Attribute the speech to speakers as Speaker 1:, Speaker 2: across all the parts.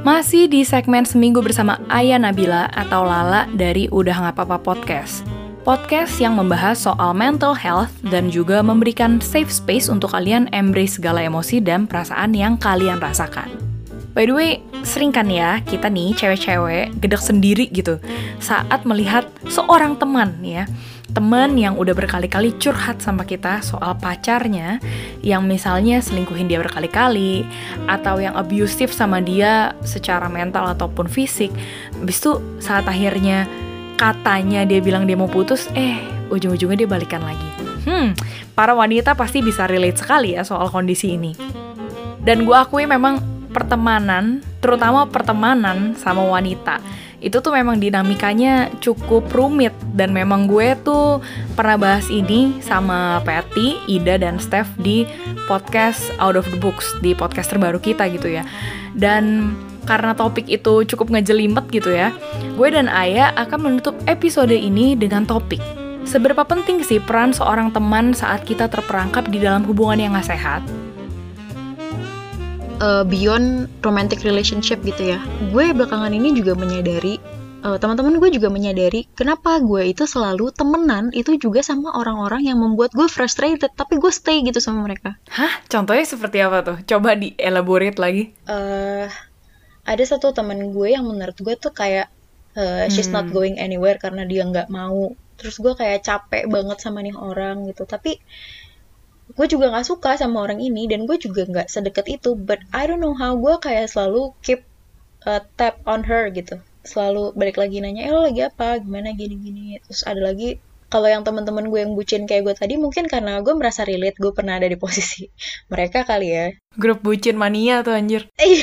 Speaker 1: Masih di segmen Seminggu bersama Aya Nabila atau Lala dari Udah Nggak Apa-apa Podcast. Podcast yang membahas soal mental health dan juga memberikan safe space untuk kalian embrace segala emosi dan perasaan yang kalian rasakan. By the way, sering kan ya kita nih cewek-cewek gedek sendiri gitu saat melihat seorang teman ya. Teman yang udah berkali-kali curhat sama kita soal pacarnya yang misalnya selingkuhin dia berkali-kali atau yang abusive sama dia secara mental ataupun fisik. Habis itu saat akhirnya katanya dia bilang dia mau putus, ujung-ujungnya dia balikan lagi. Para wanita pasti bisa relate sekali ya soal kondisi ini. Dan gue akui memang pertemanan, terutama pertemanan sama wanita, itu tuh memang dinamikanya cukup rumit. Dan memang gue tuh pernah bahas ini sama Patty, Ida, dan Steph di podcast Out of the Books, di podcast terbaru kita gitu ya. Dan karena topik itu cukup ngejelimet gitu ya, gue dan Aya akan menutup episode ini dengan topik seberapa penting sih peran seorang teman saat kita terperangkap di dalam hubungan yang gak sehat,
Speaker 2: beyond romantic relationship gitu ya. Gue belakangan ini juga menyadari, teman-teman gue juga menyadari kenapa gue itu selalu temenan itu juga sama orang-orang yang membuat gue frustrated, tapi gue stay gitu sama mereka.
Speaker 1: Hah? Contohnya seperti apa tuh? Coba di-elaborate lagi.
Speaker 2: Ada satu teman gue yang menurut gue tuh kayak she's not going anywhere karena dia nggak mau. Terus gue kayak capek banget sama nih orang gitu. Tapi gue juga gak suka sama orang ini dan gue juga gak sedekat itu, but I don't know how gue kayak selalu keep tap on her gitu, selalu balik lagi nanya, lo lagi apa, gimana, gini-gini. Terus ada lagi, kalau yang teman-teman gue yang bucin kayak gue tadi, mungkin karena gue merasa relate, gue pernah ada di posisi mereka kali ya.
Speaker 1: Grup bucin mania tuh anjir.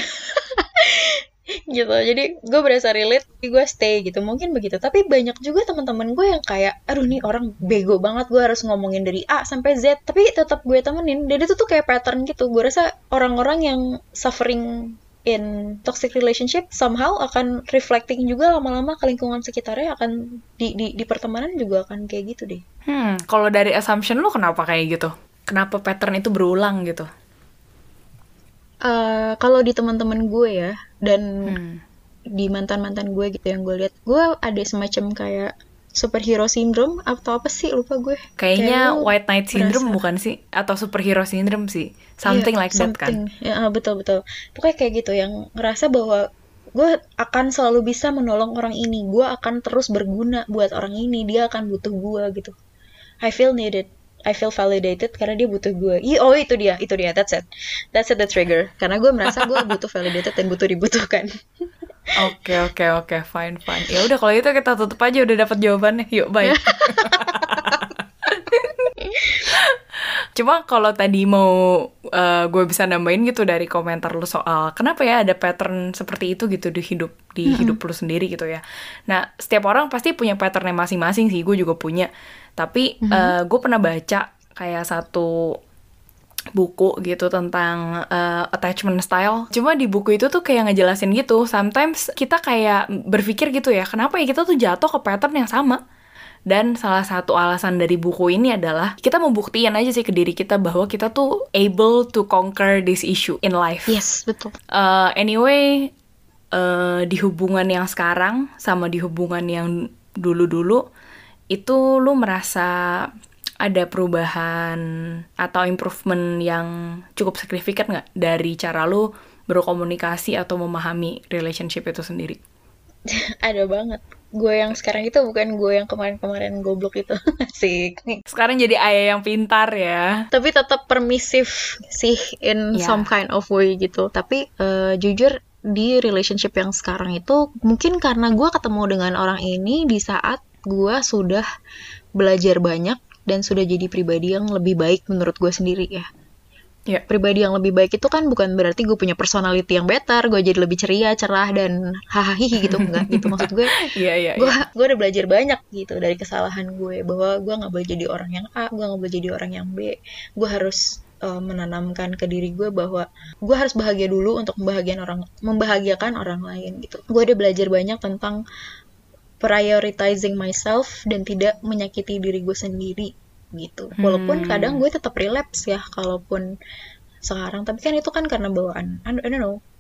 Speaker 2: Gitu, jadi gue berasa relate, gue stay gitu, mungkin begitu. Tapi banyak juga teman-teman gue yang kayak, aduh nih orang bego banget, gue harus ngomongin dari A sampai Z, tapi tetap gue temenin. Dan itu tuh kayak pattern gitu. Gue rasa orang-orang yang suffering in toxic relationship somehow akan reflecting juga lama-lama ke lingkungan sekitarnya, akan di pertemanan juga akan kayak gitu deh.
Speaker 1: Kalau dari assumption lu kenapa kayak gitu? Kenapa pattern itu berulang gitu?
Speaker 2: Kalau di teman-teman gue ya, dan di mantan-mantan gue gitu yang gue lihat, gue ada semacam kayak superhero syndrome atau apa sih, lupa gue.
Speaker 1: Kayaknya white knight syndrome bukan sih? Atau superhero syndrome sih? Something like that kan?
Speaker 2: Ya, betul-betul. Pokoknya kayak gitu, yang ngerasa bahwa gue akan selalu bisa menolong orang ini, gue akan terus berguna buat orang ini, dia akan butuh gue gitu. I feel needed, I feel validated karena dia butuh gue. Itu dia, that's it, the trigger. Karena gue merasa gue butuh validated dan butuh dibutuhkan.
Speaker 1: Oke, fine. Ya udah kalau itu kita tutup aja, udah dapat jawabannya. Yuk, bye. Cuma kalau tadi mau gue bisa nambahin gitu dari komentar lu soal kenapa ya ada pattern seperti itu gitu di hidup lu sendiri gitu ya. Nah, setiap orang pasti punya patternnya masing-masing sih, gue juga punya. Tapi gue pernah baca kayak satu buku gitu tentang attachment style. Cuma di buku itu tuh kayak ngejelasin gitu, sometimes kita kayak berpikir gitu ya, kenapa ya kita tuh jatuh ke pattern yang sama. Dan salah satu alasan dari buku ini adalah kita mau buktiin aja sih ke diri kita bahwa kita tuh able to conquer this issue in life.
Speaker 2: Yes, betul.
Speaker 1: Anyway, di hubungan yang sekarang sama di hubungan yang dulu-dulu, itu lu merasa ada perubahan atau improvement yang cukup signifikan nggak dari cara lu berkomunikasi atau memahami relationship itu sendiri?
Speaker 2: Ada banget. Gue yang sekarang itu bukan gue yang kemarin-kemarin goblok itu. Asik.
Speaker 1: Sekarang jadi ayah yang pintar ya.
Speaker 2: Tapi tetap permisif sih in some kind of way gitu. Tapi jujur di relationship yang sekarang itu mungkin karena gue ketemu dengan orang ini di saat gue sudah belajar banyak dan sudah jadi pribadi yang lebih baik menurut gue sendiri ya. Yeah. Pribadi yang lebih baik itu kan bukan berarti gue punya personality yang better, gue jadi lebih ceria, cerah, dan hahaha gitu, enggak gitu maksud gue. Gue udah belajar banyak gitu dari kesalahan gue, bahwa gue nggak boleh jadi orang yang A, gue nggak boleh jadi orang yang B. Gue harus menanamkan ke diri gue bahwa gue harus bahagia dulu untuk membahagiakan orang lain gitu. Gue udah belajar banyak tentang prioritizing myself dan tidak menyakiti diri gue sendiri gitu. Walaupun kadang gue tetap relapse ya kalaupun sekarang, tapi kan itu kan karena bawaan, I don't know,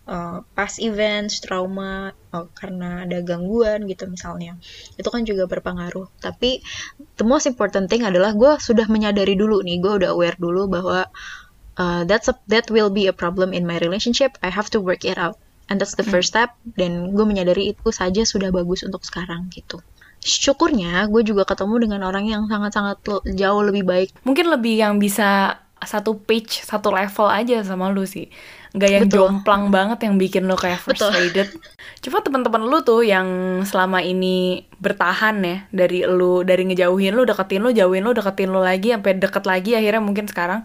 Speaker 2: past events, trauma, karena ada gangguan gitu misalnya. Itu kan juga berpengaruh. Tapi the most important thing adalah gue sudah menyadari dulu nih, gue udah aware dulu bahwa that will be a problem in my relationship. I have to work it out. And that's the first step. Dan gue menyadari itu saja sudah bagus untuk sekarang gitu. Syukurnya gue juga ketemu dengan orang yang sangat-sangat jauh lebih baik.
Speaker 1: Mungkin lebih yang bisa satu page, satu level aja sama lu sih. Nggak yang jomplang banget yang bikin lu kayak frustrated. Coba teman-teman lu tuh yang selama ini bertahan ya, dari ngejauhin lu, deketin lu, jauhin lu, deketin lu lagi, sampai deket lagi akhirnya mungkin sekarang.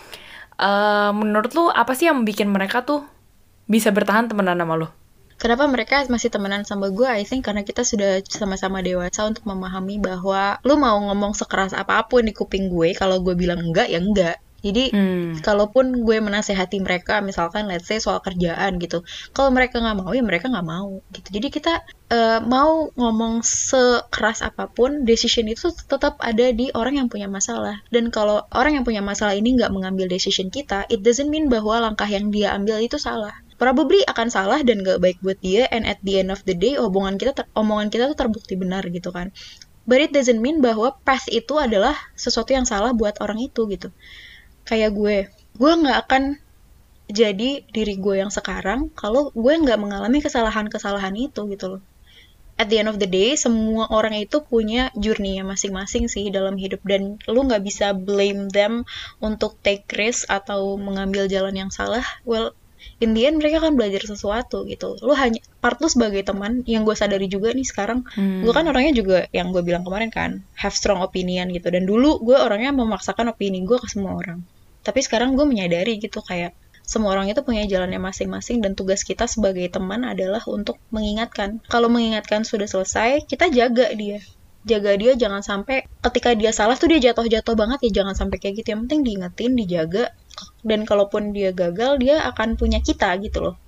Speaker 1: Menurut lu apa sih yang bikin mereka tuh bisa bertahan temenan sama lu?
Speaker 2: Kenapa mereka masih temenan sama gue? I think karena kita sudah sama-sama dewasa untuk memahami bahwa lu mau ngomong sekeras apapun di kuping gue, kalau gue bilang enggak, ya enggak. Jadi, kalaupun gue menasehati mereka, misalkan let's say soal kerjaan gitu, kalau mereka nggak mau, ya mereka nggak mau gitu. Jadi kita mau ngomong sekeras apapun, decision itu tetap ada di orang yang punya masalah. Dan kalau orang yang punya masalah ini nggak mengambil decision kita, it doesn't mean bahwa langkah yang dia ambil itu salah. Probably akan salah dan gak baik buat dia, and at the end of the day omongan kita tuh terbukti benar gitu kan. But it doesn't mean bahwa path itu adalah sesuatu yang salah buat orang itu gitu. Kayak gue gak akan jadi diri gue yang sekarang kalau gue gak mengalami kesalahan-kesalahan itu gitu loh. At the end of the day, semua orang itu punya journey-nya masing-masing sih dalam hidup, dan lu gak bisa blame them untuk take risk atau mengambil jalan yang salah. Well, in the end mereka kan belajar sesuatu gitu. Lu hanya part lu sebagai teman, yang gue sadari juga nih sekarang, gue kan orangnya juga yang gue bilang kemarin kan, have strong opinion gitu. Dan dulu gue orangnya memaksakan opini gue ke semua orang. Tapi sekarang gue menyadari gitu, kayak semua orang itu punya jalannya masing-masing, dan tugas kita sebagai teman adalah untuk mengingatkan. Kalau mengingatkan sudah selesai, kita jaga dia jangan sampai ketika dia salah tuh dia jatuh banget, ya jangan sampai kayak gitu. Yang penting diingetin, dijaga, dan kalaupun dia gagal, dia akan punya kita gitu loh.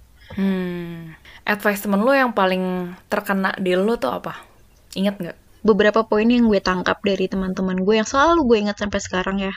Speaker 1: Advice temen lu yang paling terkena di lu tuh apa? Ingat nggak?
Speaker 2: Beberapa poin yang gue tangkap dari teman-teman gue yang selalu gue ingat sampai sekarang ya,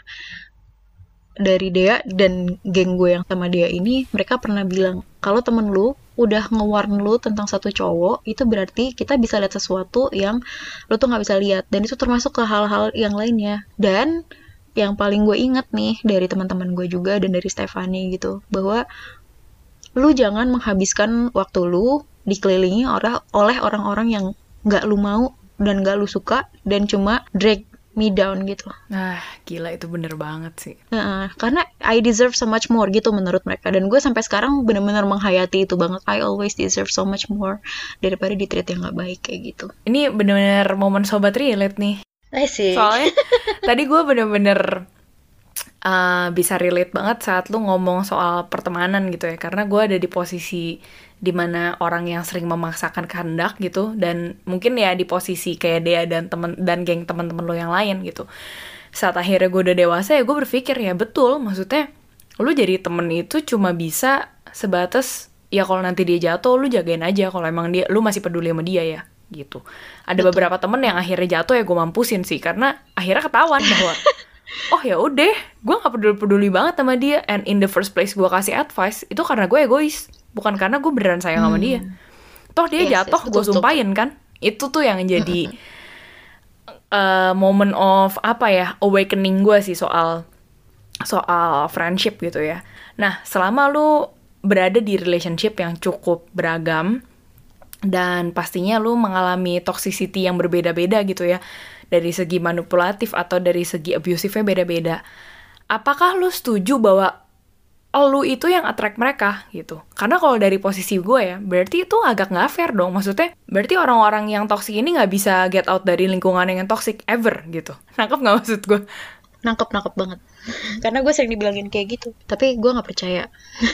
Speaker 2: dari Dea dan geng gue yang sama Dea ini, mereka pernah bilang kalau temen lu udah nge-warn lu tentang satu cowok, itu berarti kita bisa lihat sesuatu yang lu tuh gak bisa lihat, dan itu termasuk ke hal-hal yang lainnya. Dan yang paling gue inget nih dari teman-teman gue juga dan dari Stephanie gitu, bahwa lu jangan menghabiskan waktu lu dikelilingi oleh orang-orang yang gak lu mau dan gak lu suka, dan cuma drag me down gitu.
Speaker 1: Gila, itu bener banget sih.
Speaker 2: Karena I deserve so much more gitu menurut mereka. Dan gue sampai sekarang benar-benar menghayati itu banget. I always deserve so much more daripada di-treat yang gak baik kayak gitu.
Speaker 1: Ini bener-bener momen sobat relate nih. Soalnya tadi gue bener-bener bisa relate banget saat lu ngomong soal pertemanan gitu ya. Karena gue ada di posisi dimana orang yang sering memaksakan kehendak gitu, dan mungkin ya di posisi kayak Dea dan geng teman-teman lo yang lain gitu. Saat akhirnya gue udah dewasa, ya gue berpikir ya betul, maksudnya lu jadi temen itu cuma bisa sebatas ya kalau nanti dia jatuh lu jagain aja, kalau emang lu masih peduli sama dia ya gitu. Ada beberapa temen yang akhirnya jatuh, ya gue mampusin sih, karena akhirnya ketahuan bahwa oh ya udah, gue nggak peduli banget sama dia, and in the first place gue kasih advice itu karena gue egois, bukan karena gue beneran sayang sama dia. Toh dia jatuh, gue sumpahin kan. Itu tuh yang jadi moment of awakening gue sih soal friendship gitu ya. Nah, selama lu berada di relationship yang cukup beragam, dan pastinya lu mengalami toxicity yang berbeda-beda gitu ya, dari segi manipulatif atau dari segi abusive-nya beda-beda. Apakah lu setuju bahwa lu itu yang attract mereka gitu? Karena kalau dari posisi gue ya, berarti itu agak gak fair dong. Maksudnya, berarti orang-orang yang toxic ini gak bisa get out dari lingkungan yang toxic ever gitu. Nangkep gak maksud gue?
Speaker 2: Nangkep banget. Karena gue sering dibilangin kayak gitu, tapi gue gak percaya.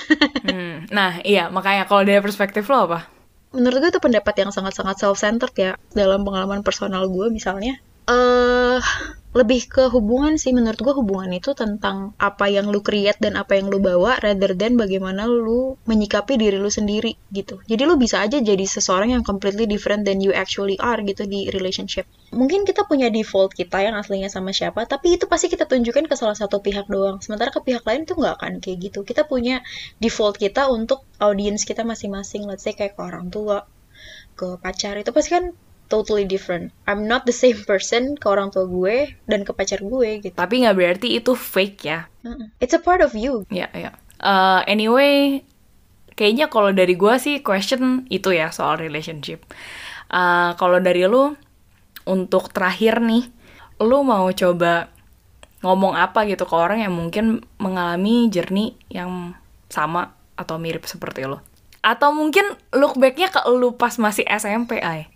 Speaker 1: Nah iya, makanya kalau dari perspektif lo apa?
Speaker 2: Menurut gue itu pendapat yang sangat-sangat self-centered ya. Dalam pengalaman personal gue misalnya, lebih ke hubungan sih. Menurut gue hubungan itu tentang apa yang lu create dan apa yang lu bawa, rather than bagaimana lu menyikapi diri lu sendiri gitu. Jadi lu bisa aja jadi seseorang yang completely different than you actually are gitu di relationship. Mungkin kita punya default kita yang aslinya sama siapa, tapi itu pasti kita tunjukkan ke salah satu pihak doang. Sementara ke pihak lain tuh nggak akan kayak gitu. Kita punya default kita untuk audience kita masing-masing. Let's say kayak ke orang tua, ke pacar, itu pasti kan totally different. I'm not the same person ke orang tua gue dan ke pacar gue gitu.
Speaker 1: Tapi nggak berarti itu fake ya.
Speaker 2: It's a part of you.
Speaker 1: Ya. Anyway, kayaknya kalau dari gue sih question itu ya soal relationship. Kalau dari lu, untuk terakhir nih, lu mau coba ngomong apa gitu ke orang yang mungkin mengalami journey yang sama atau mirip seperti lu? Atau mungkin look back-nya ke lu pas masih SMP, Ay?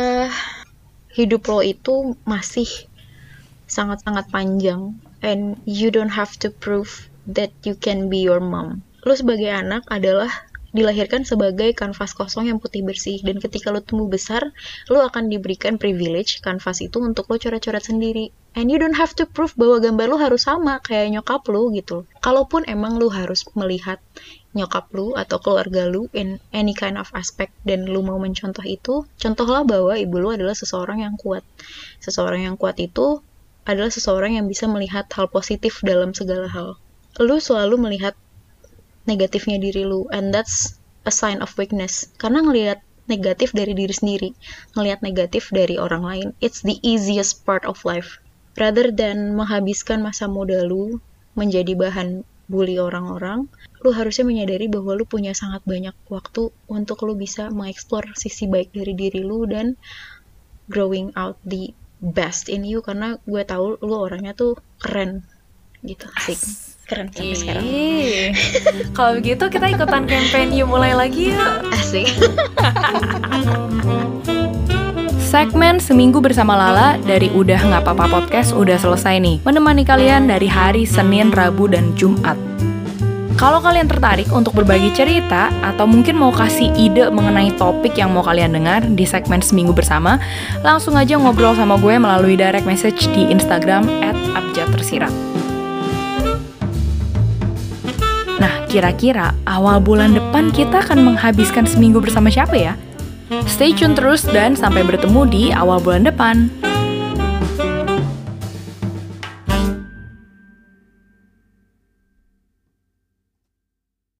Speaker 2: Hidup lo itu masih sangat-sangat panjang, and you don't have to prove that you can be your mom. Lo sebagai anak adalah dilahirkan sebagai kanvas kosong yang putih bersih, dan ketika lo tumbuh besar, lo akan diberikan privilege kanvas itu untuk lo coret-coret sendiri. And you don't have to prove bahwa gambar lo harus sama kayak nyokap lo gitu. Kalaupun emang lo harus melihat nyokap lu atau keluarga lu in any kind of aspect dan lu mau mencontoh itu, contohlah bahwa ibu lu adalah seseorang yang kuat. Seseorang yang kuat itu adalah seseorang yang bisa melihat hal positif dalam segala hal. Lu selalu melihat negatifnya diri lu, and that's a sign of weakness. Karena ngelihat negatif dari diri sendiri, ngelihat negatif dari orang lain, it's the easiest part of life. Rather than menghabiskan masa muda lu menjadi bahan bully orang-orang, lu harusnya menyadari bahwa lu punya sangat banyak waktu untuk lu bisa mengeksplor sisi baik dari diri lu dan growing out the best in you, karena gue tahu lu orangnya tuh keren gitu. Asik. Keren sampai sekarang.
Speaker 1: Kalau begitu kita ikutan campaign You Mulai Lagi yuk.
Speaker 2: Asik.
Speaker 1: Segmen Seminggu Bersama Lala dari Udah Nggak Apa-Apa Podcast udah selesai nih, menemani kalian dari hari Senin, Rabu, dan Jumat. Kalau kalian tertarik untuk berbagi cerita atau mungkin mau kasih ide mengenai topik yang mau kalian dengar di segmen Seminggu Bersama, langsung aja ngobrol sama gue melalui direct message di Instagram @abjadtersirat. Nah, kira-kira awal bulan depan kita akan menghabiskan seminggu bersama siapa ya? Stay tune terus dan sampai bertemu di awal bulan depan.